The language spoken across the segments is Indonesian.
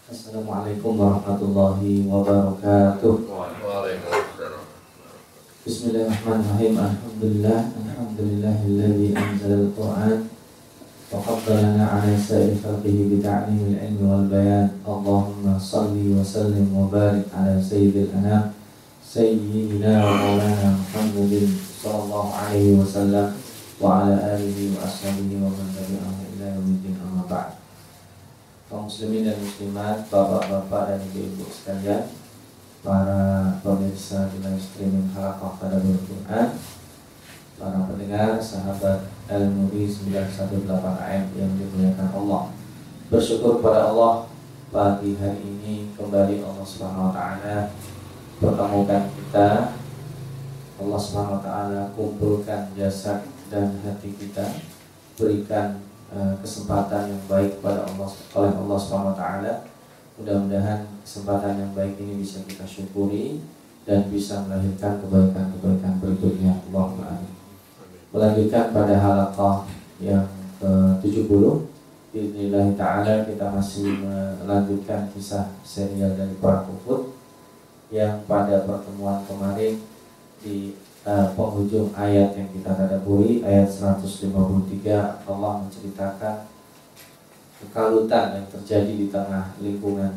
Assalamualaikum warahmatullahi wabarakatuh. Waalaikumsalam. Bismillahirrahmanirrahim. Alhamdulillahilladzi anzalal Qur'an wa faddalana 'ala sa'iri khalqihi bi ta'limil ilmi wal bayan. Allahumma shalli wa sallim wa barik 'ala sayyidil anam sayyidina wa maulana Muhammadin sallallahu alaihi wasallam wa 'ala alihi wa ashabihi wa man tabi'ahum ila yaumiddin, amma ba'd. Kaum muslimin dan muslimat, bapak-bapak dan ibu-ibu sekalian, para pemirsa di live streaming Halaqah Tadabbur Quran, para pendengar sahabat Al-Muri 918 AM yang dimuliakan Allah. Bersyukur pada Allah, pagi hari ini kembali Allah Subhanahu wa taala pertemukan kita. Allah Subhanahu wa taala kumpulkan jasad dan hati kita, berikan kesempatan yang baik kepada Allah oleh Allah Subhanahu wa taala. Mudah-mudahan kesempatan yang baik ini bisa kita syukuri dan bisa melahirkan kebaikan-kebaikan berikutnya. Allahumma amin. Melanjutkan pada halaqah yang ke-70, Bismillah ta'ala kita masih melanjutkan kisah serial dari para kufur yang pada pertemuan kemarin di penghujung ayat yang kita tadabburi, ayat 153, Allah menceritakan kekalutan yang terjadi di tengah lingkungan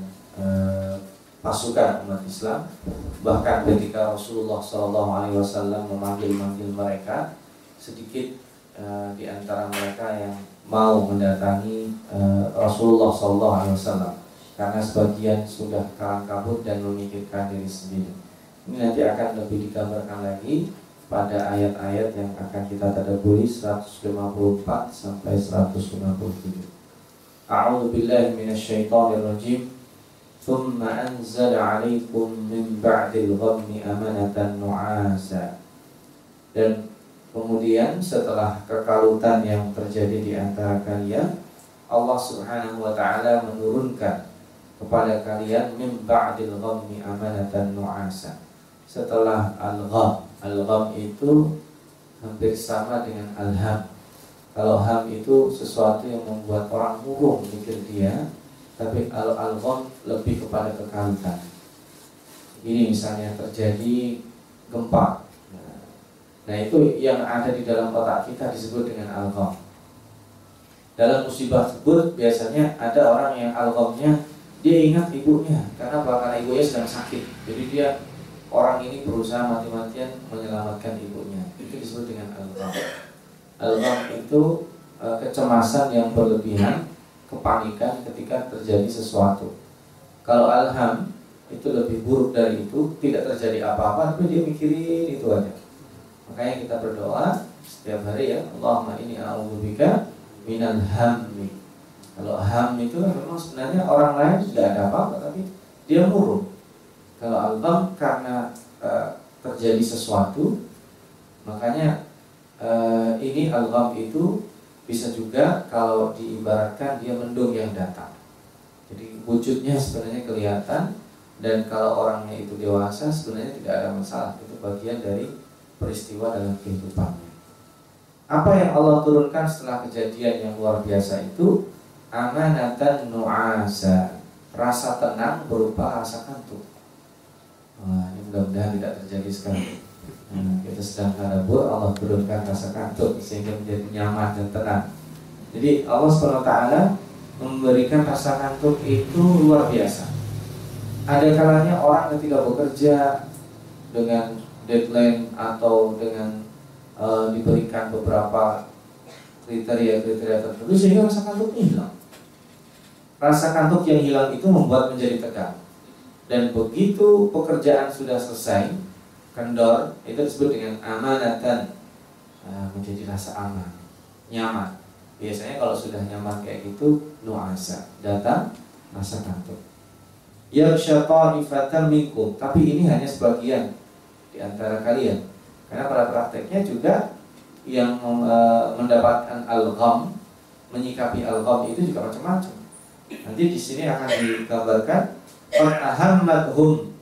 pasukan umat Islam. Bahkan ketika Rasulullah SAW memanggil mereka, sedikit di antara mereka yang mau mendatangi Rasulullah SAW, karena sebagian sudah kalang kabut dan memikirkan diri sendiri. Ini nanti akan lebih digambarkan lagi pada ayat-ayat yang akan kita tadabburi 154 sampai 157. A'udzu billahi minasyaitonir rajim. Tsumma anzala 'alaikum min ba'dil ghammi amanatan nu'asa. Dan kemudian setelah kekalutan yang terjadi di antara kalian, Allah Subhanahu wa taala menurunkan kepada kalian min ba'dil ghammi amanatan nu'asa. Setelah al-gham itu hampir sama dengan al-ham. Kalau ham itu sesuatu yang membuat orang murung mikir dia, tapi al-gham lebih kepada kekalutan. Ini misalnya terjadi gempa. Nah, itu yang ada di dalam otak kita disebut dengan al-gham. Dalam musibah tersebut biasanya ada orang yang al-ghamnya dia ingat ibunya, karena ibunya sedang sakit. Jadi dia, orang ini berusaha mati-matian menyelamatkan ibunya. Itu disebut dengan al-gham. Al-gham itu kecemasan yang berlebihan, kepanikan ketika terjadi sesuatu. Kalau al-ham itu lebih buruk dari itu, tidak terjadi apa-apa tapi dia mikirin itu aja. Makanya kita berdoa setiap hari ya, Allahumma inni a'udzubika minal hammi. Kalau ham itu memang sebenarnya orang lain tidak ada apa-apa tapi dia murung. Kalau al-gham karena terjadi sesuatu, makanya ini al-gham itu bisa juga kalau diibaratkan dia mendung yang datang. Jadi wujudnya sebenarnya kelihatan, dan kalau orangnya itu dewasa sebenarnya tidak ada masalah. Itu bagian dari peristiwa dalam kehidupannya. Apa yang Allah turunkan setelah kejadian yang luar biasa itu? Amanatan nu'asa, rasa tenang berupa rasa kantuk. Wah, ini mudah-mudahan tidak terjadi sekarang. Kita sedang tadabbur, Allah turunkan rasa kantuk sehingga menjadi nyaman dan tenang. Jadi Allah SWT memberikan rasa kantuk itu luar biasa. Ada kalanya orang ketika bekerja dengan deadline atau dengan diberikan beberapa kriteria tertentu sehingga rasa kantuk hilang. Rasa kantuk yang hilang itu membuat menjadi tegang. Dan begitu pekerjaan sudah selesai, kendor, itu disebut dengan amanatan, menjadi rasa aman, nyaman. Biasanya kalau sudah nyaman kayak gitu, nu'asa, datang rasa kantuk. Yaghsha ta'ifatan minkum, tapi ini hanya sebagian di antara kalian. Karena pada prakteknya juga yang mendapatkan al-gham, menyikapi al-gham itu juga macam-macam. Nanti di sini akan digambarkan ahammathum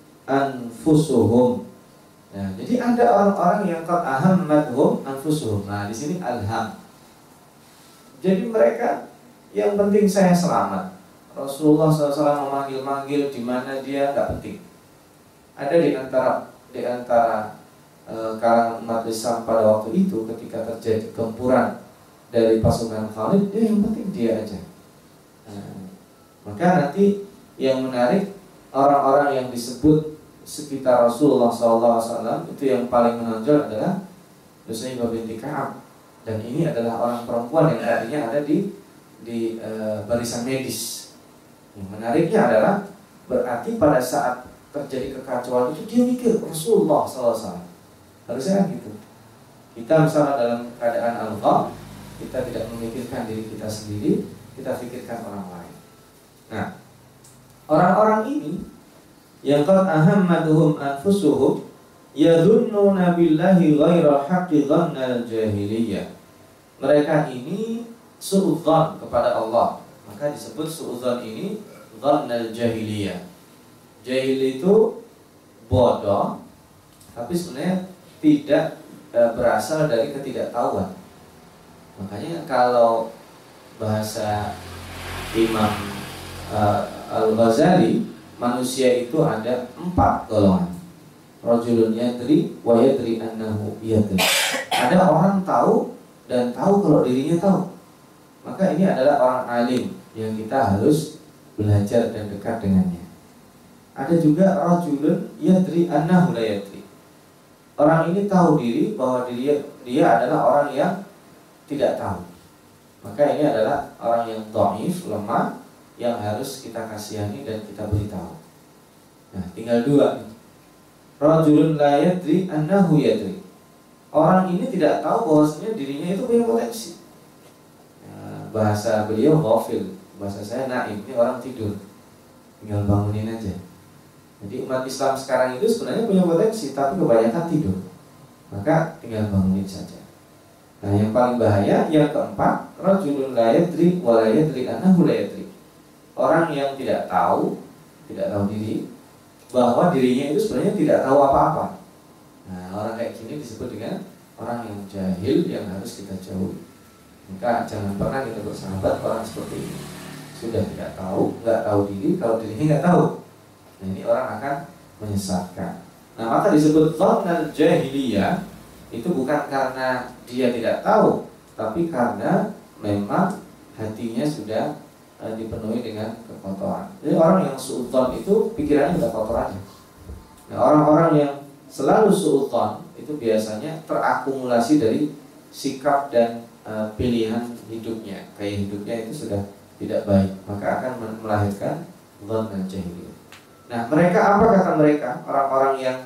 anfusuhum. Nah, jadi ada orang-orang yang ahammathum anfusuhum. Nah, di sini alham. Jadi mereka yang penting saya selamat. Rasulullah SAW memanggil-manggil di mana dia nggak penting. Ada di antara kalangan umat Islam pada waktu itu ketika terjadi gempuran dari pasukan Khalid, yang penting dia aja. Maka nanti yang menarik, orang-orang yang disebut sekitar Rasulullah SAW itu yang paling menonjol adalah Nusaybah binti Ka'ab, dan ini adalah orang perempuan yang tadinya ada di barisan medis. Yang menariknya adalah berarti pada saat terjadi kekacauan itu dia mikir Rasulullah SAW. Harusnya kan gitu. Kita misalnya dalam keadaan al-gham, kita tidak memikirkan diri kita sendiri, kita pikirkan orang lain. Nah, orang-orang ini yang qad ahammaduhum anfusuhum yadhunnuna billahi ghairal haqqi dhannal jahiliyah. Mereka ini suudzon kepada Allah. Maka disebut suudzon ini dhannal jahiliyah. Jahil itu bodoh, tapi sebenarnya tidak berasal dari ketidaktahuan. Makanya kalau bahasa Imam Al-Ghazali, manusia itu ada 4 golongan. Rajulun yadri wa yadri annahu yadri. Ada orang tahu dan tahu kalau dirinya tahu. Maka ini adalah orang alim yang kita harus belajar dan dekat dengannya. Ada juga rajulun yadri annahu la yadri. Orang ini tahu diri bahwa dia adalah orang yang tidak tahu. Maka ini adalah orang yang dhaif, lemah, yang harus kita kasihani dan kita beritahu. Nah, tinggal 2. Rajulun la yadri annahu yadri. Orang ini tidak tahu bahwasanya dirinya itu punya potensi. Bahasa beliau ghafil, bahasa saya naim, ini orang tidur, tinggal bangunin aja. Jadi umat Islam sekarang itu sebenarnya punya potensi, tapi kebanyakan tidur. Maka tinggal bangunin saja. Nah, yang paling bahaya yang keempat, rajulun la yadri wa la yadri annahu la yadri. Orang yang tidak tahu diri bahwa dirinya itu sebenarnya tidak tahu apa-apa. Nah, orang kayak gini disebut dengan orang yang jahil, yang harus kita jauhi. Maka jangan pernah kita bersahabat orang seperti ini. Sudah tidak tahu, nggak tahu diri, kalau dirinya nggak tahu. Nah, ini orang akan menyesatkan. Nah, maka disebut dhannal jahiliyah itu bukan karena dia tidak tahu, tapi karena memang hatinya sudah dipenuhi dengan kekotoran. Jadi orang yang suudzon itu pikirannya sudah kotor aja. Nah, orang-orang yang selalu suudzon itu biasanya terakumulasi dari sikap dan pilihan hidupnya. Kayak hidupnya itu sudah tidak baik, maka akan melahirkan dhannal jahiliyah. Nah, mereka apa kata mereka? Orang-orang yang,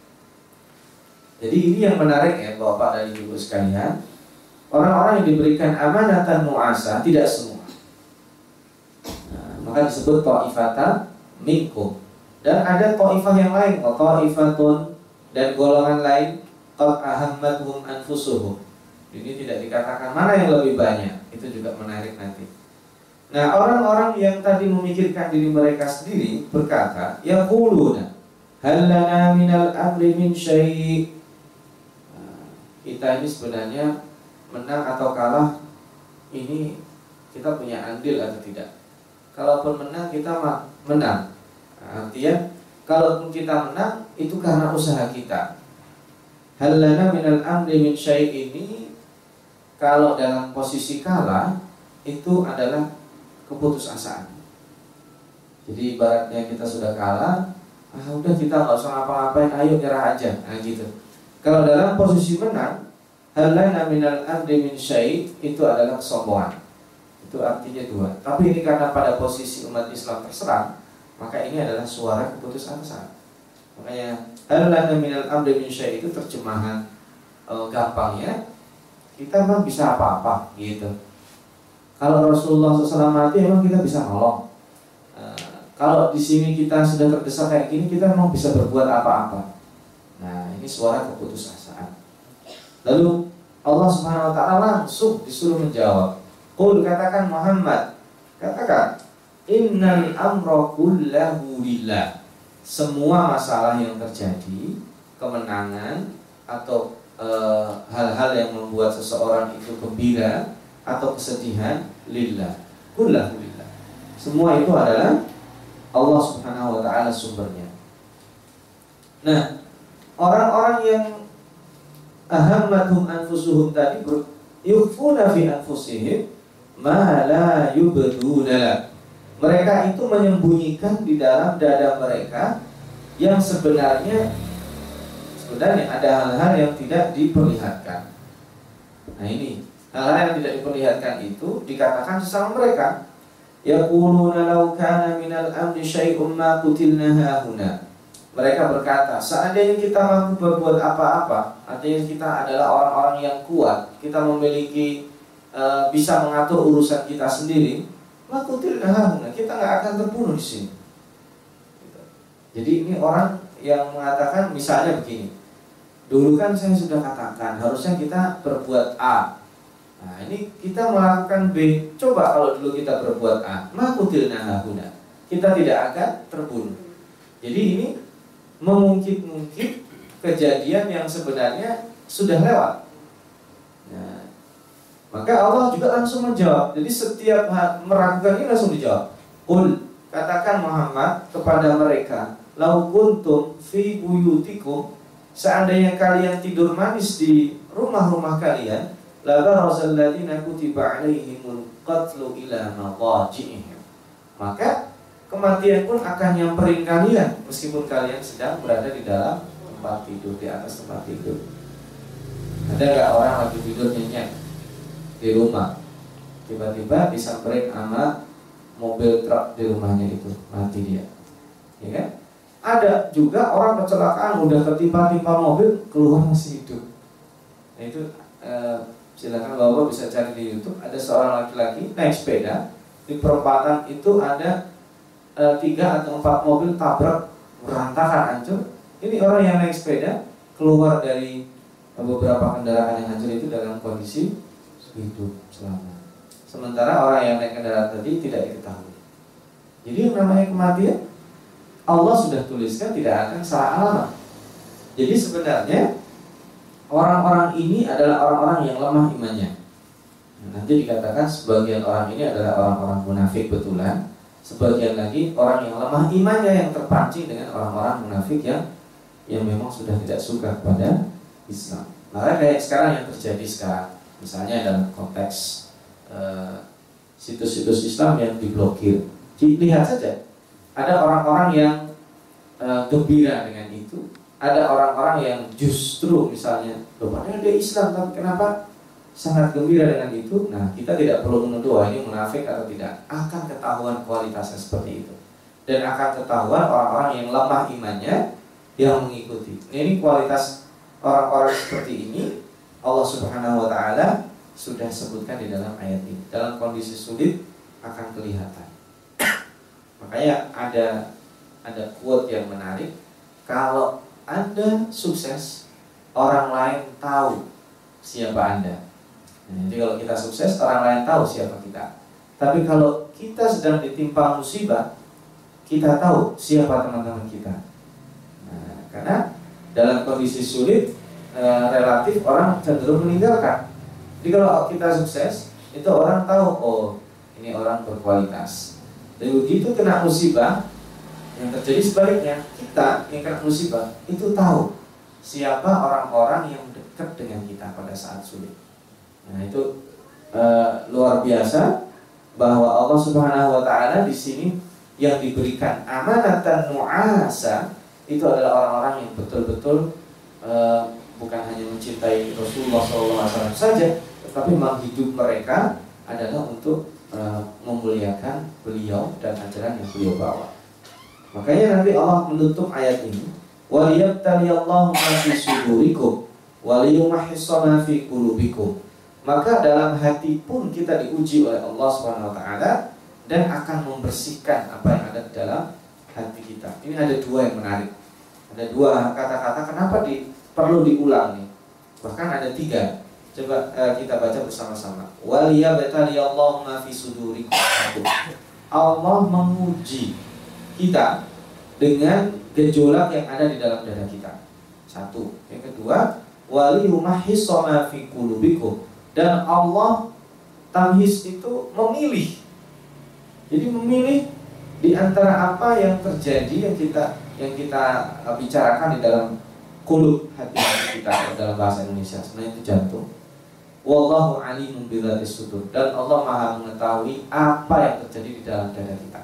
jadi ini yang menarik ya Bapak dan Ibu sekalian. Orang-orang yang diberikan amanatan mu'asa tidak semua. Nah, maka disebut ta'ifatan minkum. Dan ada ta'ifah yang lain, ta'ifatun, dan golongan lain qad ahammathum anfusuhum. Ini tidak dikatakan mana yang lebih banyak. Itu juga menarik nanti. Nah, orang-orang yang tadi memikirkan diri mereka sendiri berkata, yaquluna hal lana minal amri min syai'. Kita ini sebenarnya menang atau kalah, ini kita punya andil atau tidak. Kalaupun menang, kita menang. Artinya, kalaupun kita menang, itu karena usaha kita. Hal lana minal amri min syai' ini, kalau dalam posisi kalah, itu adalah keputusasaan. Jadi ibaratnya kita sudah kalah, udah kita nggak usah ngapa-ngapain, ayo nyerah aja. Nah gitu. Kalau dalam posisi menang, hal lana minal amri min syai' itu adalah kesombongan. Itu artinya 2. Tapi ini karena pada posisi umat Islam terserang, maka ini adalah suara keputusasaan. Makanya hal lana minal amri min syai' itu terjemahan gampangnya, kita mah bisa apa-apa gitu. Kalau Rasulullah SAW mati, memang kita bisa nolong. Kalau di sini kita sudah terdesak kayak gini, kita memang bisa berbuat apa-apa. Nah, ini suara keputusasaan. Lalu Allah Subhanahu Wa Taala langsung disuruh menjawab. Qul, katakan Muhammad, katakan, innal amra kullahu lillah. Semua masalah yang terjadi, kemenangan atau hal-hal yang membuat seseorang itu gembira atau kesedihan, lillah, kullahu lillah. Semua itu adalah Allah Subhanahu wa taala sumbernya. Nah, orang-orang yang ahammatum anfusuhum tadi yukhfuna fi anfusihim ma la yubduna. Mereka itu menyembunyikan di dalam dada mereka yang sebenarnya ada hal-hal yang tidak diperlihatkan. Nah ini hal-hal yang tidak diperlihatkan itu dikatakan sesama mereka. Yaquluna law kana minal amri syai'un ma qutilna hahuna. Mereka berkata, seandainya kita mampu berbuat apa-apa, artinya kita adalah orang-orang yang kuat, kita memiliki bisa mengatur urusan kita sendiri, ma qutilna hahuna, kita nggak akan terbunuh di sini. Jadi ini orang yang mengatakan misalnya begini, dulu kan saya sudah katakan harusnya kita berbuat A. Nah ini kita melakukan B. Coba kalau dulu kita berbuat A, ma qutilna hahuna, kita tidak akan terbunuh. Jadi ini mengungkit-ungkit kejadian yang sebenarnya sudah lewat. Nah, maka Allah juga langsung menjawab. Jadi setiap meragukan ini langsung dijawab. Qul, katakan Muhammad kepada mereka, lau kuntum fi buyutikum, seandainya kalian tidur manis di rumah-rumah kalian, la barazal ladzina kutiba alaihimul qatlu ila madaji'ihim, maka kematian pun akan nyamperin kalian meskipun kalian sedang berada di dalam tempat tidur, di atas tempat tidur. Ada nggak orang lagi tidur nyenyak di rumah, tiba-tiba disamperin sama mobil truk di rumahnya itu, mati dia, ya kan? Ada juga orang kecelakaan udah ketimpa-timpa mobil, keluar masih hidup. Nah itu silakan bapak bisa cari di YouTube. Ada seorang laki-laki naik sepeda di perempatan itu, ada 3 atau 4 mobil tabrak, berantakan, hancur. Ini orang yang naik sepeda keluar dari beberapa kendaraan yang hancur itu dalam kondisi hidup selamat. Sementara orang yang naik kendaraan tadi tidak diketahui. Jadi yang namanya kematian Allah sudah tuliskan tidak akan salah alamat. Jadi sebenarnya orang-orang ini adalah orang-orang yang lemah imannya. Nanti dikatakan sebagian orang ini adalah orang-orang munafik betulan, sebagian lagi orang yang lemah imannya yang terpancing dengan orang-orang munafik yang memang sudah tidak suka kepada Islam. Maka kayak sekarang yang terjadi sekarang, misalnya dalam konteks situs-situs Islam yang diblokir, lihat saja, ada orang-orang yang gembira dengan itu, ada orang-orang yang justru misalnya, loh padahal dia Islam tapi kenapa sangat gembira dengan itu. Nah kita tidak perlu menuduh ini munafik atau tidak, akan ketahuan kualitasnya seperti itu, dan akan ketahuan orang-orang yang lemah imannya yang mengikuti. Ini kualitas orang-orang seperti ini Allah Subhanahu wa taala sudah sebutkan di dalam ayat ini. Dalam kondisi sulit akan kelihatan. Makanya ada quote yang menarik, kalau Anda sukses, orang lain tahu siapa Anda. Jadi kalau kita sukses, orang lain tahu siapa kita. Tapi kalau kita sedang ditimpa musibah, kita tahu siapa teman-teman kita. Nah, karena dalam kondisi sulit, relatif orang cenderung meninggalkan. Jadi kalau kita sukses, itu orang tahu, oh ini orang berkualitas. Dan begitu kena musibah, yang terjadi sebaliknya, kita yang kena musibah itu tahu siapa orang-orang yang dekat dengan kita pada saat sulit. Nah itu luar biasa bahwa Allah Subhanahu wa taala di sini yang diberikan amanatan nu'asa itu adalah orang-orang yang betul-betul bukan hanya mencintai Rasulullah SAW saja, tetapi memang hidup mereka adalah untuk memuliakan beliau dan ajaran yang beliau bawa. Makanya nanti Allah menutup ayat ini, waliyabtaliyallahu ma fi sudurikum waliyumahhissa ma fi qulubikum. Maka dalam hati pun kita diuji oleh Allah Subhanahu wa taala dan akan membersihkan apa yang ada di dalam hati kita. Ini ada 2 yang menarik. Ada 2 kata-kata kenapa perlu diulang nih. Bahkan ada 3. Coba kita baca bersama-sama. Waliyabtaliyallahu ma fi sudurikum. Allah menguji kita dengan gejolak yang ada di dalam dada kita. 1. Yang kedua, waliyumahhissa ma fi qulubikum. Dan Allah tamhis itu memilih Jadi memilih di antara apa yang terjadi yang kita bicarakan di dalam qulub hati kita dalam bahasa Indonesia, sebenarnya itu jantung. Wallahu alimun billatis sudur, dan Allah Maha mengetahui apa yang terjadi di dalam dada kita.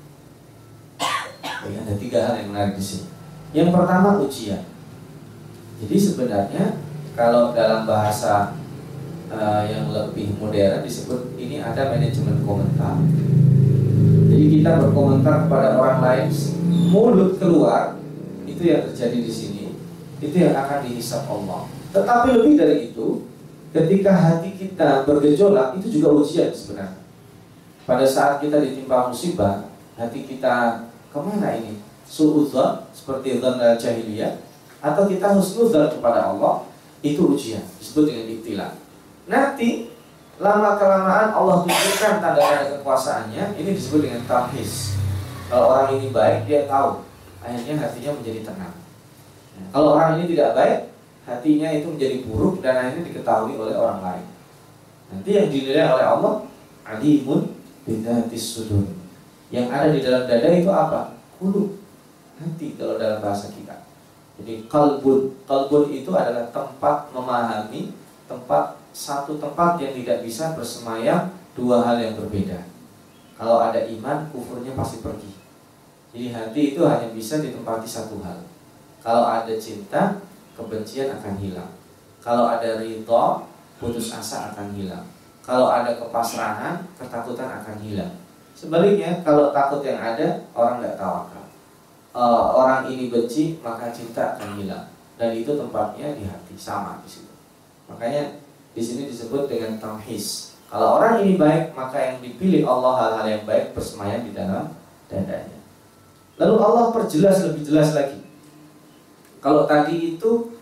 Jadi ada 3 hal yang menarik di sini. Yang pertama ujian. Jadi sebenarnya kalau dalam bahasa yang lebih modern disebut ini ada manajemen komentar. Jadi kita berkomentar kepada orang lain, mulut keluar, itu yang terjadi di sini, itu yang akan dihisab Allah. Tetapi lebih dari itu, ketika hati kita bergejolak, itu juga ujian sebenarnya. Pada saat kita ditimpa musibah, hati kita kemana ini? Su'udzon, seperti dzon al-jahiliyah, atau kita husnudzon kepada Allah, itu ujian, disebut dengan ibtila. Nanti lama-kelamaan Allah tunjukkan tanda-tanda kekuasaannya, ini disebut dengan tamhis. Kalau orang ini baik, dia tahu, akhirnya hatinya menjadi tenang. Kalau orang ini tidak baik, hatinya itu menjadi buruk dan akhirnya diketahui oleh orang lain. Nanti yang dinilai oleh Allah, alimun bidzatis sudur. Yang ada di dalam dada itu apa? Qulub, hati kalau dalam bahasa kita. Jadi qalbun itu adalah tempat memahami, satu tempat yang tidak bisa bersemayam 2 hal yang berbeda. Kalau ada iman, kufurnya pasti pergi. Jadi hati itu hanya bisa ditempati 1 hal. Kalau ada cinta, kebencian akan hilang. Kalau ada ridha, putus asa akan hilang. Kalau ada kepasrahan, ketakutan akan hilang. Sebaliknya, kalau takut yang ada, orang nggak tawakal. Orang ini benci, maka cinta akan hilang. Dan itu tempatnya di hati, sama di situ. Makanya di sini disebut dengan tamhis. Kalau orang ini baik, maka yang dipilih Allah hal-hal yang baik bersemayam di dalam dadanya. Lalu Allah perjelas lebih jelas lagi. Kalau tadi itu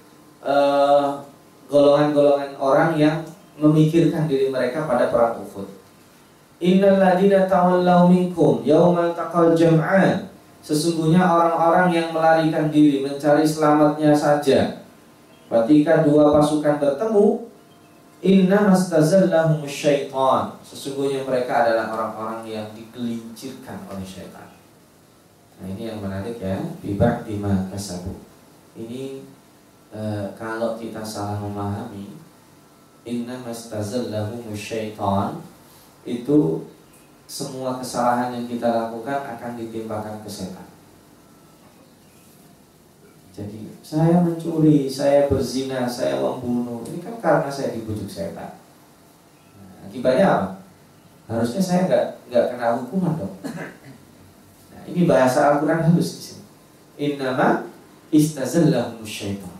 golongan-golongan orang yang memikirkan diri mereka pada perang Uhud. Innal ladzina tawallaw minkum yaumal taqal jam'an. Sesungguhnya orang-orang yang melarikan diri mencari selamatnya saja ketika 2 pasukan bertemu, inna mastazallahum syaitan. Sesungguhnya mereka adalah orang-orang yang digelincirkan oleh syaitan. Nah ini yang menarik ya, bibak bima kasabu. Ini kalau kita salah memahami, inna mastazallahum syaitan, itu semua kesalahan yang kita lakukan akan ditimpakan ke setan. Jadi saya mencuri, saya berzina, saya membunuh, ini kan karena saya dibujuk setan. Nah, akibatnya apa? Harusnya saya nggak kena hukuman dong. Nah, ini bahasa Al-Quran halus di sini. Innama istazallahum syaitan.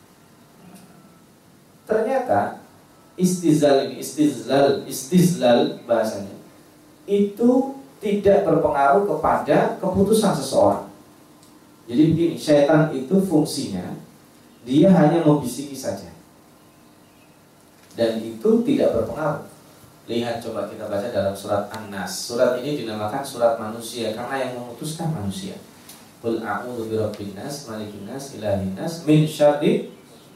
Ternyata istizlal ini, istizlal bahasanya, itu tidak berpengaruh kepada keputusan seseorang. Jadi begini, syaitan itu fungsinya dia hanya membisiki saja, dan itu tidak berpengaruh. Lihat, coba kita baca dalam surat An-Nas. Surat ini dinamakan surat manusia karena yang memutuskan manusia. Qul a'udzu birabbin nas, malikin nas, ilahin nas, min syarri,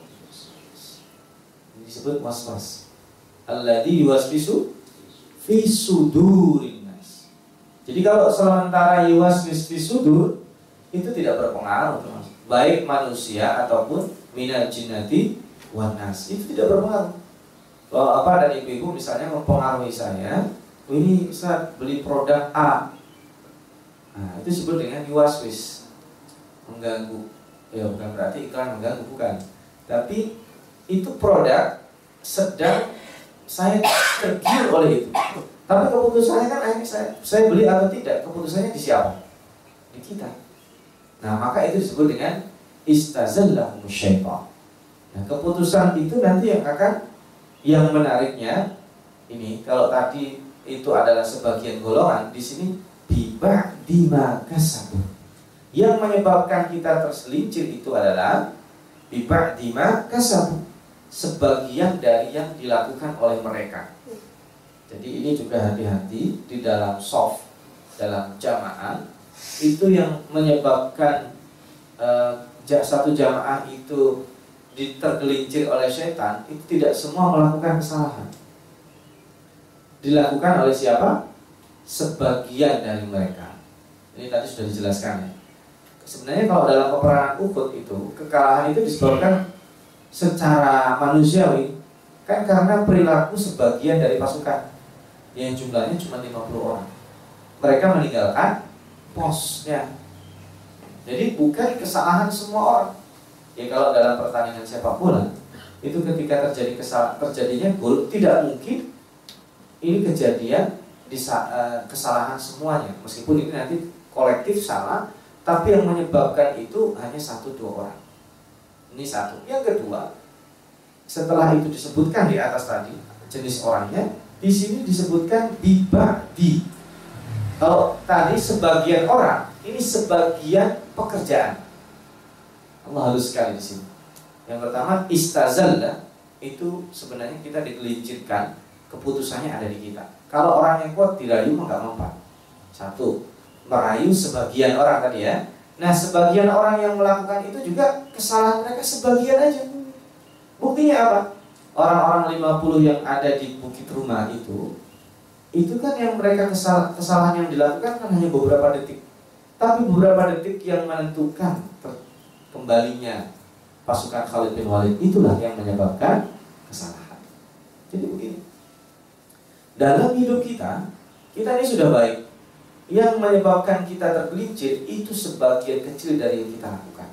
disebut waswas, alladzi yuwaswisu fi sudurin nas. Jadi kalau sementara yuwaswis fi sudur, itu tidak berpengaruh, baik manusia ataupun minal jinnati wan nas, itu tidak berpengaruh. Kalau apa dan ibu-ibu misalnya mempengaruhi saya, ini Ustaz beli produk A, nah itu disebut dengan yuwaswis, mengganggu. Ya bukan berarti iklan mengganggu, bukan. Tapi itu produk sedang saya tergiur oleh itu. Tapi keputusannya kan akhirnya saya beli atau tidak, keputusannya di siapa? Di kita. Nah maka itu disebut dengan istazallahum syaitan. Nah keputusan itu nanti yang menariknya ini, kalau tadi itu adalah sebagian golongan, di sini bibak dima kasabu. Yang menyebabkan kita terselincir itu adalah bibak dima kasabu, sebagian dari yang dilakukan oleh mereka. Jadi ini juga hati-hati di dalam soft, dalam jamaah, itu yang menyebabkan satu jamaah itu tergelincir oleh setan, itu tidak semua melakukan kesalahan. Dilakukan oleh siapa? sebagian dari mereka. Ini tadi sudah dijelaskan ya. Sebenarnya kalau dalam peperangan Uhud itu, kekalahan itu disebabkan secara manusiawi kan karena perilaku sebagian dari pasukan yang jumlahnya cuma 50 orang. Mereka meninggalkan posnya. Jadi bukan kesalahan semua orang. Ya kalau dalam pertandingan sepak bola itu ketika terjadinya gol, tidak mungkin ini kejadian kesalahan semuanya. Meskipun ini nanti kolektif salah, tapi yang menyebabkan itu hanya 1-2 orang. Ini satu. Yang kedua, setelah itu disebutkan di atas tadi jenis orangnya, di sini disebutkan bibadi. Kalau tadi sebagian orang, ini sebagian pekerjaan. Allah halus sekali di sini. Yang pertama, istazalla, itu sebenarnya kita digelincirkan, keputusannya ada di kita. Kalau orang yang kuat dirayu mah nggak mempan. Satu, merayu sebagian orang tadi ya. Nah, sebagian orang yang melakukan itu juga kesalahan mereka sebagian aja. Buktinya apa? Orang-orang 50 yang ada di Bukit Rumah itu kan yang mereka kesalahan yang dilakukan kan hanya beberapa detik. Tapi beberapa detik yang menentukan kembalinya pasukan Khalid bin Walid, itulah yang menyebabkan kesalahan. Jadi begini, dalam hidup kita ini sudah baik. Yang menyebabkan kita tergelincir itu sebagian kecil dari yang kita lakukan.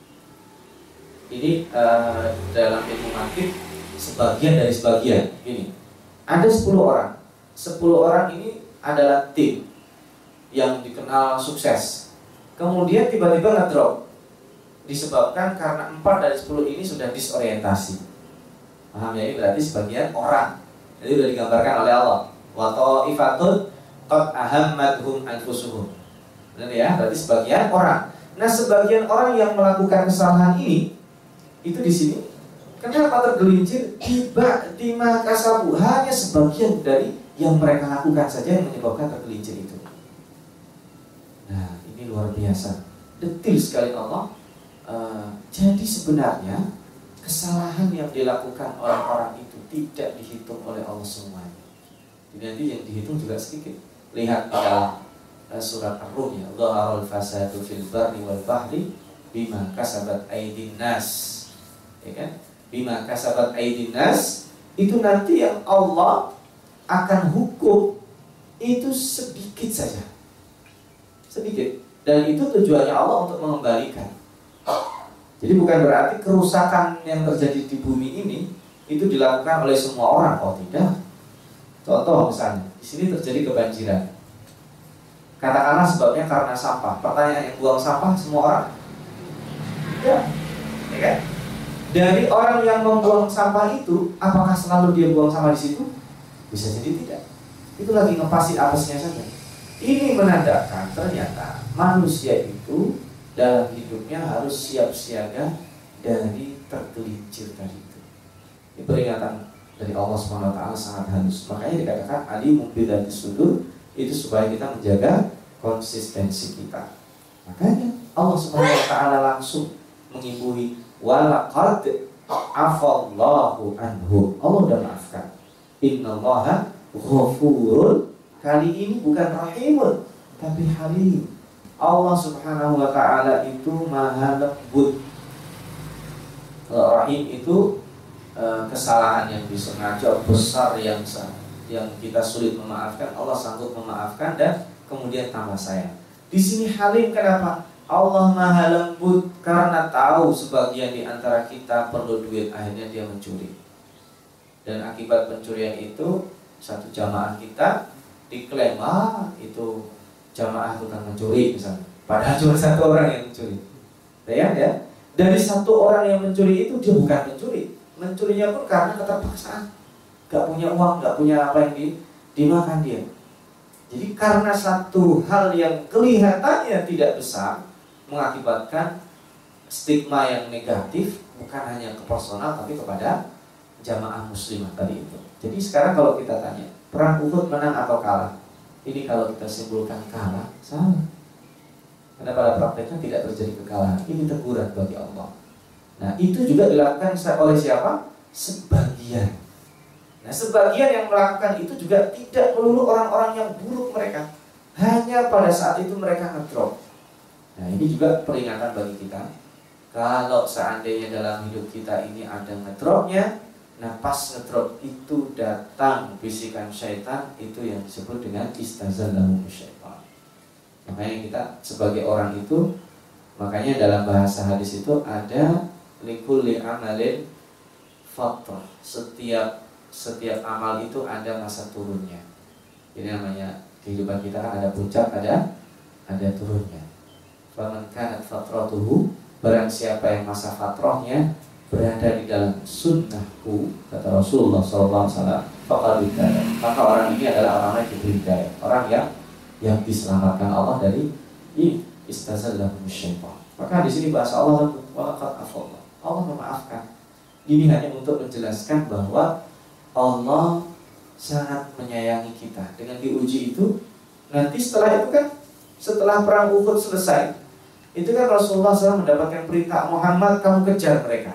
Ini dalam ilmu mantik sebagian dari sebagian. Ini ada 10 orang. 10 orang ini adalah tim yang dikenal sukses. Kemudian tiba-tiba ngedrop, disebabkan karena 4 dari 10 ini sudah disorientasi. Paham ya? Ini berarti sebagian orang. Jadi sudah digambarkan oleh Allah. Wa ta'ifatun qad ahammadhum anfusuhum. Benar ya? Berarti sebagian orang. Nah, sebagian orang yang melakukan kesalahan ini itu di sini kenapa tergelincir? Tiba di makasabu, hanya sebagian dari yang mereka lakukan saja yang menyebabkan tergelincir itu. Nah, ini luar biasa. Detil sekali Allah. Jadi sebenarnya kesalahan yang dilakukan orang-orang itu tidak dihitung oleh Allah semuanya. Jadi nanti yang dihitung juga sedikit. Lihat di dalam surat Ar-Rum ya, Dhaharul fasadu fil barri wal bahri bima kasabat aydin nas. Ya kan? Bima kasabat aydin nas, itu nanti yang Allah akan hukum itu sedikit saja. Sedikit. Dan itu tujuannya Allah untuk mengembalikan. Jadi bukan berarti kerusakan yang terjadi di bumi ini itu dilakukan oleh semua orang. Oh tidak. Contoh misalnya, di sini terjadi kebanjiran. Katakanlah sebabnya karena sampah. Pertanyaan, yang buang sampah semua orang? Ya, ya kan? Dari orang yang membuang sampah itu, apakah selalu dia buang sampah di situ? Bisa jadi tidak. Itu lagi ngepasi apesnya saja. Ini menandakan ternyata manusia itu dalam hidupnya harus siap siaga dari tergelincir tadi itu. Ini peringatan dari Allah SWT sangat halus. Makanya dikatakan alimum bidzati sudur, itu supaya kita menjaga konsistensi kita. Makanya Allah SWT langsung mengimbui walaqad afallahu anhu. Allah sudah maafkan. Innallaha ghafurun. Kali ini bukan rahimun, tapi halim. Allah Subhanahu wa ta'ala itu maha lembut. Rahim itu kesalahan yang disengaja besar yang kita sulit memaafkan, Allah sanggup memaafkan dan kemudian tambah sayang. Di sini halim, kenapa? Allah maha lembut karena tahu sebagian di antara kita perlu duit, akhirnya dia mencuri. Dan akibat pencurian itu satu jamaah kita diklaim itu jamaah tukang mencuri misalnya. Padahal cuma satu orang yang mencuri. Ya. Dari satu orang yang mencuri itu dia bukan mencuri. Mencurinya pun karena keterpaksaan. Gak punya uang, gak punya apa yang dimakan dia. Jadi karena satu hal yang kelihatannya tidak besar mengakibatkan stigma yang negatif, bukan hanya ke personal tapi kepada jamaah muslimah tadi itu. Jadi sekarang kalau kita tanya, perang Uhud menang atau kalah? Ini kalau kita simpulkan kalah, salah. Karena pada prakteknya tidak terjadi kekalahan. Ini teguran bagi Allah. Nah, itu juga dilakukan oleh siapa? Sebagian. Nah, sebagian yang melakukan itu juga tidak melulu orang-orang yang buruk mereka. Hanya pada saat itu mereka ngedrop. Nah, ini juga peringatan bagi kita. Kalau seandainya dalam hidup kita ini ada ngedropnya, nah pas ngedrop itu datang bisikan syaitan, itu yang disebut dengan istazallahum syaitan. Makanya kita sebagai orang itu, makanya dalam bahasa hadis itu ada likulli amalin fatrah. Setiap amal itu ada masa turunnya. Jadi namanya kehidupan kita kan ada puncak, ada turunnya. Faman kanat fatratuhu, barang siapa yang masa fatrahnya berada di dalam sunnahku, kata Rasulullah SAW, maka orang ini adalah orang yang diberi hidayah, orang yang diselamatkan Allah dari istazallahum syaitan. Maka di sini bahasa Allah walaqad afallah, Allah memaafkan. Ini hanya untuk menjelaskan bahwa Allah sangat menyayangi kita. Dengan diuji itu, nanti setelah itu kan, setelah perang Uhud selesai, itu kan Rasulullah SAW mendapatkan perintah, Muhammad kamu kejar mereka.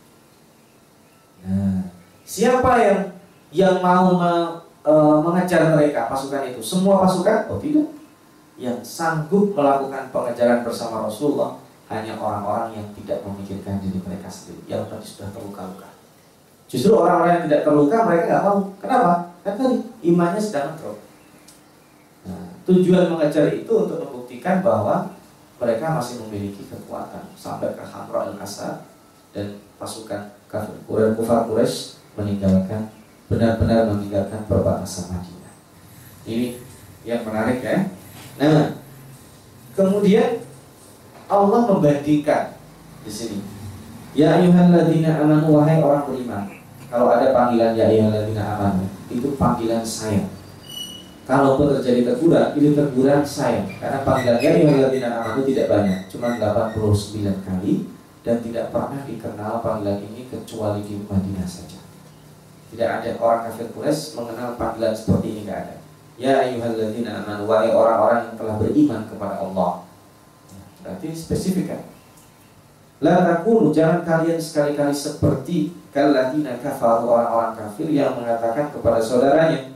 Nah, siapa yang mau mengejar mereka, pasukan itu? Semua pasukan? Oh tidak. Yang sanggup melakukan pengejaran bersama Rasulullah hanya orang-orang yang tidak memikirkan diri mereka sendiri, yang tadi sudah terluka-luka. Justru orang-orang yang tidak terluka mereka nggak mau. Kenapa? Karena imannya sedang drop. Nah, tujuan mengejar itu untuk membuktikan bahwa mereka masih memiliki kekuatan sampai ke Hamra al-Asad, dan pasukan kufar Quraisy benar-benar meninggalkan perbatasan Madinah. Ini yang menarik ya. Nah, kemudian Allah membandingkan di sini. Ya ayyuhalladzina amanu, wahai orang beriman. Kalau ada panggilan ya ayyuhalladzina amanu, itu panggilan sayang. Kalaupun terjadi teguran, itu teguran sayang. Karena panggilan ya ayyuhalladzina amanu tidak banyak, cuma 89 kali, dan tidak pernah dikenal panggilan ini kecuali di Madinah saja. Tidak ada orang kafir Quraisy mengenal panggilan seperti ini, tidak ada. Ya ayyuhalladzina amanu, wahai orang-orang yang telah beriman kepada Allah. Berarti spesifik kan? La takunu, jangan kalian sekali-kali seperti kalladzina kafaru, orang-orang kafir yang mengatakan kepada saudaranya,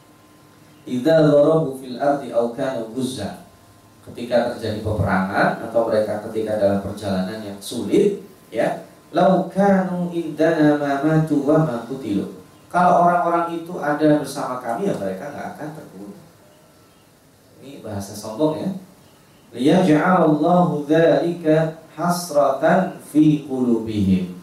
idza dharabu fil ardi aw kanu guzza, ketika terjadi peperangan atau mereka ketika dalam perjalanan yang sulit, ya, law kanu indana ma matu wa ma qutilu, kalau orang-orang itu ada bersama kami ya mereka nggak akan terbunuh. Ini bahasa sombong ya. Liyaj'alallahu dzalika hasratan fi qulubihim.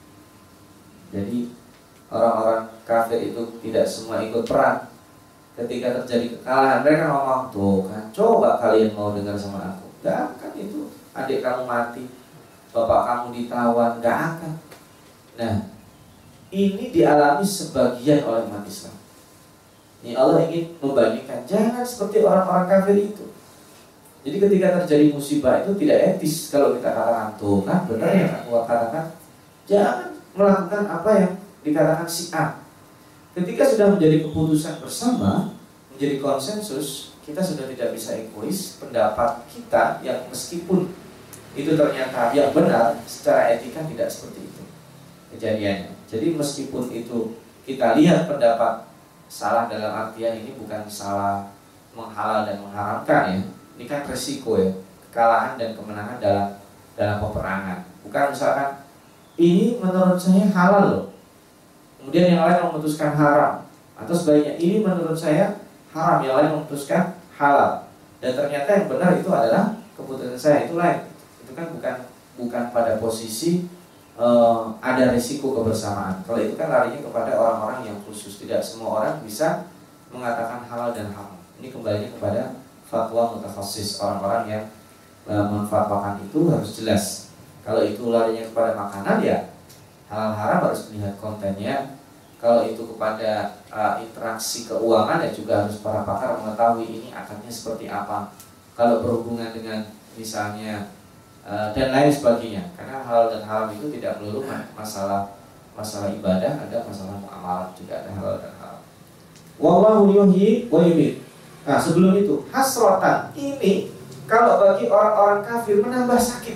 Jadi orang-orang kafir itu tidak semua ikut perang. Ketika terjadi kekalahan, mereka ngomong, tuh kan, coba kalian mau dengar sama aku. Gak akan itu. Adik kamu mati, bapak kamu ditawan, gak akan. Nah, ini dialami sebagian oleh umat Islam. Ini Allah ingin membandingkan, jangan seperti orang-orang kafir itu. Jadi ketika terjadi musibah itu tidak etis kalau kita katakan, tuh kan, benar yang aku katakan, jangan melakukan apa yang dikatakan si A. Ketika sudah menjadi keputusan bersama, menjadi konsensus, kita sudah tidak bisa egois. Pendapat kita yang meskipun itu ternyata yang benar, secara etika tidak seperti itu kejadiannya. Jadi meskipun itu kita lihat pendapat salah dalam artian ini bukan salah menghalal dan mengharamkan ya. Ini kan resiko ya, kekalahan dan kemenangan dalam peperangan. Bukan misalkan ini menurut saya halal loh, kemudian yang lain memutuskan haram, atau sebaliknya ini menurut saya haram, yang lain memutuskan halal, dan ternyata yang benar itu adalah keputusan saya, itu lain. Itu kan bukan pada posisi ada risiko kebersamaan. Kalau itu kan larinya kepada orang-orang yang khusus. Tidak semua orang bisa mengatakan halal dan haram. Ini kembalinya kepada fatwa mutakhassis, orang-orang yang memfatwakan itu harus jelas. Kalau itu larinya kepada makanan ya halal haram harus melihat kontennya. Kalau itu kepada interaksi keuangan ya juga harus para pakar mengetahui ini akadnya seperti apa. Kalau berhubungan dengan misalnya dan lain sebagainya. Karena halal dan haram itu tidak melulu masalah ibadah, ada masalah muamalah juga, ada halal dan haram. Wallahu yuhyi wa yumiit. Nah, sebelum itu hasratan ini kalau bagi orang-orang kafir menambah sakit.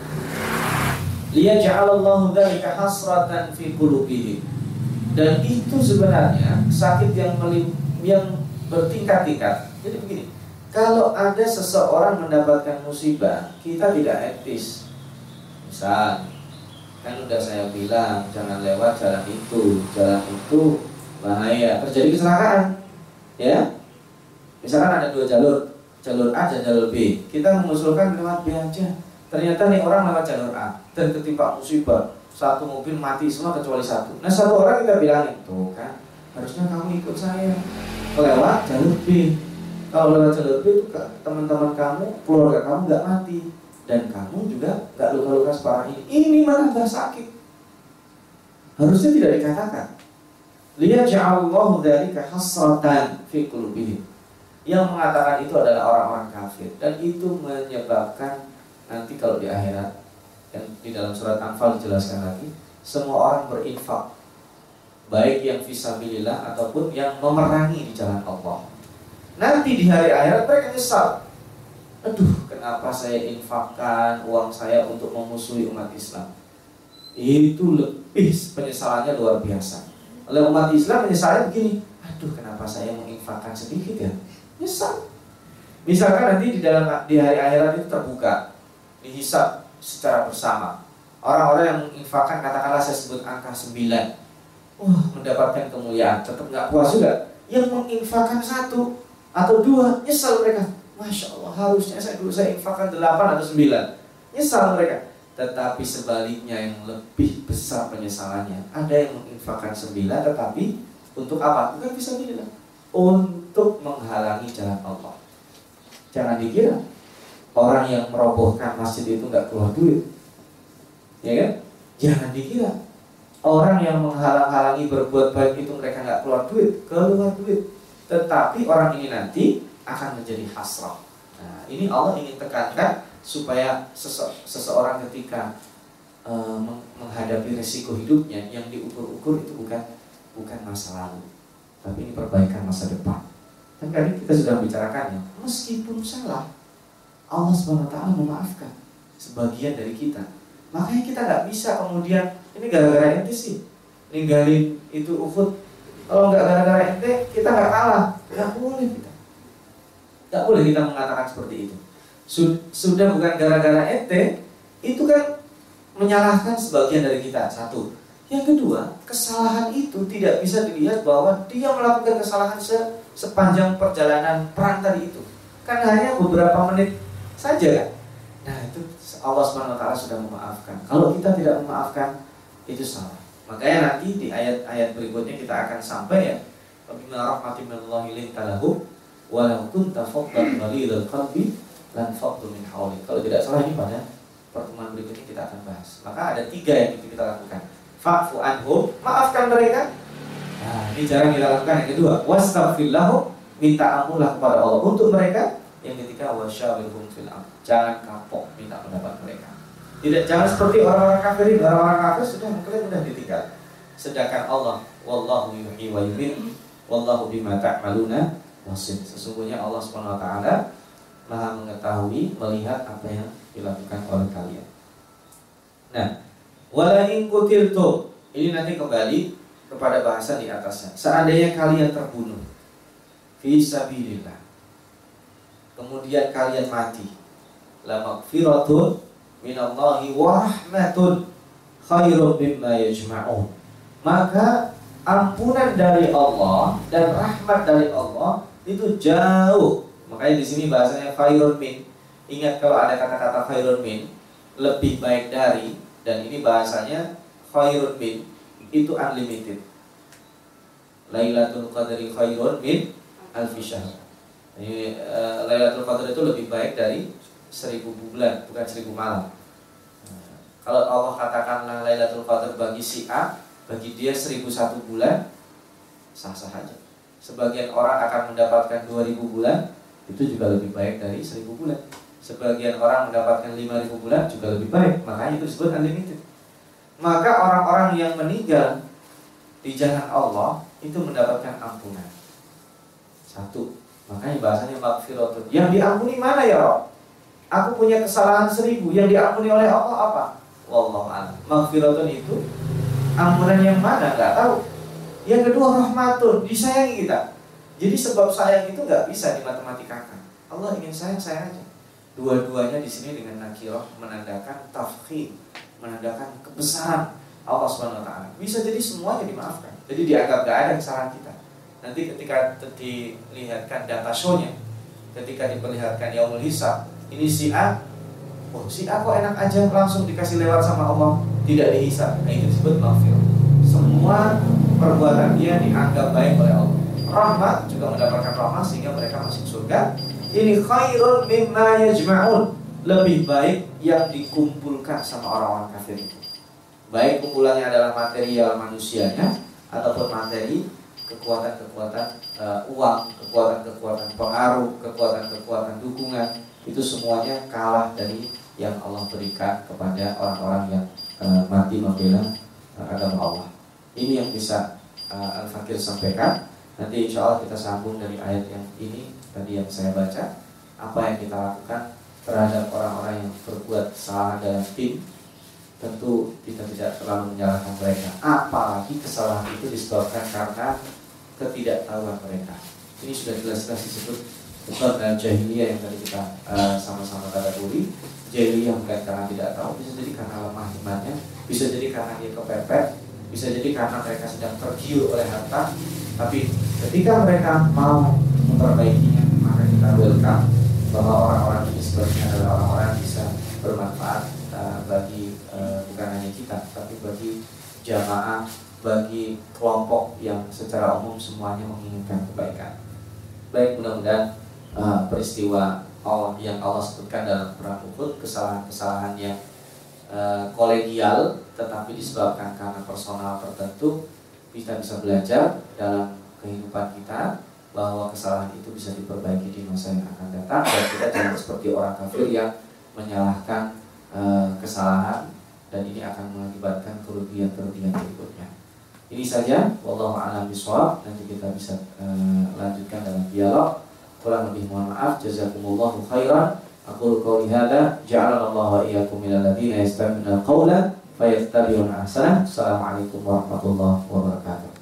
Liyaj'alallahu dzalika hasratan fi qulubihim. Dan itu sebenarnya sakit yang bertingkat-tingkat. Jadi begini, kalau ada seseorang mendapatkan musibah, kita tidak etis. Misal, kan udah saya bilang jangan lewat jalan itu bahaya, terjadi kecelakaan, ya. Misalkan ada dua jalur, jalur A dan jalur B. Kita mengusulkan lewat B aja. Ternyata nih orang lewat jalur A dan ketimpa musibah, satu mobil mati semua kecuali satu. Nah satu orang kita bilangin, tuh kan, harusnya kamu ikut saya lewat jalur B. Kalau lewat jalur B itu teman-teman kamu, keluarga kamu nggak mati dan kamu juga nggak luka-luka separah ini. Ini malah nggak sakit. Harusnya tidak dikatakan. Liyaj'alallahu dzalika hasratan fi qulubihim. Yang mengatakan itu adalah orang-orang kafir dan itu menyebabkan nanti kalau di akhirat, yang di dalam surat Anfal dijelaskan lagi, semua orang berinfak, baik yang fisabilillah ataupun yang memerangi di jalan Allah. Nanti di hari akhirat mereka nyesal. Aduh, kenapa saya infakkan uang saya untuk memusuhi umat Islam? Itu lebih penyesalannya luar biasa. Oleh umat Islam menyesalnya begini, aduh kenapa saya menginfakkan sedikit ya? Nyesal. Misalkan nanti di hari akhirat itu terbuka, dihisab secara bersama. Orang-orang yang menginfakkan, katakanlah saya sebut angka 9, wah mendapatkan kemuliaan, tetap nggak puas juga. Yang menginfakkan 1 atau 2, nyesal mereka. Masya Allah, harusnya saya infakkan 8 atau 9. Nyesal mereka. Tetapi sebaliknya yang lebih besar penyesalannya, ada yang menginfakkan 9 tetapi untuk apa? Bukan fisabilillah, untuk menghalangi jalan Allah. Jangan dikira orang yang merobohkan masjid itu nggak keluar duit, ya kan? Jangan dikira orang yang menghalang-halangi berbuat baik itu mereka nggak keluar duit, keluar duit. Tetapi orang ini nanti akan menjadi hasrah. Nah, ini Allah ingin tekankan supaya seseorang ketika menghadapi resiko hidupnya, yang diukur-ukur itu bukan masa lalu, tapi ini perbaikan masa depan. Dan tadi kita sudah bicarakannya, meskipun salah, Allah SWT memaafkan sebagian dari kita. Makanya kita nggak bisa kemudian ini gara-gara ente sih ninggalin itu Uhud. Kalau nggak gara-gara ente kita nggak kalah. Nggak boleh kita. Nggak boleh kita mengatakan seperti itu. Sudah bukan gara-gara ente, itu kan menyalahkan sebagian dari kita. Satu. Yang kedua, kesalahan itu tidak bisa dilihat bahwa dia melakukan kesalahan sepanjang perjalanan perang tadi itu. Kan hanya beberapa menit saja kan. Nah itu Allah SWT sudah memaafkan. Kalau kita tidak memaafkan, itu salah. Makanya nanti di ayat-ayat berikutnya kita akan sampai ya, Bima rahmatin minallahi linta lahum walau kunta faddan ghalidhal qalbi lan faddu min hawlik. Kalau tidak salah ini pada pertemuan berikutnya kita akan bahas. Maka ada 3 yang kita lakukan. Fa'fu anhum, maafkan mereka. Nah, ini jarang kita lakukan. Yang kedua, wastaghfir lahum, minta ampunlah kepada Allah untuk mereka. Yang ketiga, wasyawirhum fil amr, jangan kapok minta pendapat mereka. Tidak, jangan seperti orang-orang kafir. Orang-orang kafir sudah mengklaim sudah ditinggal. Sedangkan Allah, wallahu yuhyi wa yumiit, wallahu bima ta'maluna basir. Sesungguhnya Allah SWT Maha mengetahui, melihat apa yang dilakukan oleh kalian. Nah, wala in qutiltum, ini nanti kembali kepada bahasa di atasnya. Seandainya kalian terbunuh fi sabilillah, kemudian kalian mati, la maghfiratun minallahi wa rahmatun khairum mimma yajma'un. Maka ampunan dari Allah dan rahmat dari Allah itu jauh. Makanya di sini bahasanya khairun min. Ingat kalau ada kata-kata khairun min, lebih baik dari, dan ini bahasanya khairun min itu unlimited. Lailatul Qadri khairun min alfi syahr. Ini Lailatul Qadar itu lebih baik dari 1000 bulan, bukan 1000 malam. Kalau Allah katakanlah Lailatul Qadar bagi si A, bagi dia 1001 bulan, sah-sah aja. Sebagian orang akan mendapatkan 2000 bulan, itu juga lebih baik dari 1000 bulan. Sebagian orang mendapatkan 5000 bulan, juga lebih baik. Makanya itu disebut unlimited. Maka orang-orang yang meninggal di jalan Allah itu mendapatkan ampunan. Satu. Makanya bahasanya maghfiratun. Yang diampuni mana ya Rob? Aku punya kesalahan 1000, yang diampuni oleh Allah apa? Wallahu a'lam. Maghfiratun itu ampunan yang mana? Enggak tahu. Yang kedua rahmatun, disayangi kita. Jadi sebab sayang itu nggak bisa dimatematikkan. Allah ingin sayang aja. Dua-duanya di sini dengan nakirah menandakan tafkhim, menandakan kebesaran Allah Subhanahu wa taala. Bisa jadi semuanya dimaafkan. Jadi dianggap gak ada kesalahan kita. Nanti ketika dilihatkan data show-nya, ketika diperlihatkan yaumul hisab, ini si A, oh si A kok enak aja langsung dikasih lewat sama Allah, tidak dihisab. Nah itu disebut maghfirah. Semua perbuatan dia dianggap baik oleh Allah. Rahmat juga mendapatkan rahmat sehingga mereka masuk surga. Ini khairun mimma yajma'un, lebih baik yang dikumpulkan sama orang-orang kafir itu. Baik kumpulannya adalah material manusianya ataupun materi, kekuatan-kekuatan uang, kekuatan-kekuatan pengaruh, kekuatan-kekuatan dukungan, itu semuanya kalah dari yang Allah berikan kepada orang-orang yang mati membela agama Allah. Ini yang bisa Al-Fakir sampaikan. Nanti insya Allah kita sambung dari ayat yang ini tadi yang saya baca. Apa yang kita lakukan terhadap orang-orang yang berbuat kesalahan dalam tim, tentu kita tidak terlalu menyalahkan mereka. Apalagi kesalahan itu disebabkan karena ketidaktahuan mereka. Ini sudah jelas-jelas disebut bukan dalam jahiliyah yang tadi kita sama-sama tadaburi. Jahiliyah bukan karena tidak tahu, bisa jadi karena lemah imannya, bisa jadi karena dia kepepet, bisa jadi karena mereka sedang tergiur oleh harta. Tapi ketika mereka mau memperbaikinya, maka kita welcome bahwa orang-orang ini sebenarnya adalah orang-orang yang bisa bermanfaat bagi bukan hanya kita, tapi bagi jamaah, bagi kelompok yang secara umum semuanya menginginkan kebaikan. Baik, mudah-mudahan peristiwa Allah yang Allah sebutkan dalam perang Uhud, kesalahan-kesalahan yang kolegial tetapi disebabkan karena personal tertentu, kita bisa belajar dalam kehidupan kita bahwa kesalahan itu bisa diperbaiki di masa yang akan datang, dan kita jangan seperti orang kafir yang menyalahkan kesalahan, dan ini akan mengakibatkan kerugian-kerugian berikutnya. Ini saja, wallahu a'lam bishawab. Nanti kita bisa lanjutkan dalam dialog. Kurang lebih mohon maaf. Jazakumullahu khairan. Aqulu qouli hadza, ja'alallahu wa iyyakum minal ladzina yastami'una al-qawla fayattabi'una ahsanah. Assalamualaikum warahmatullahi wabarakatuh.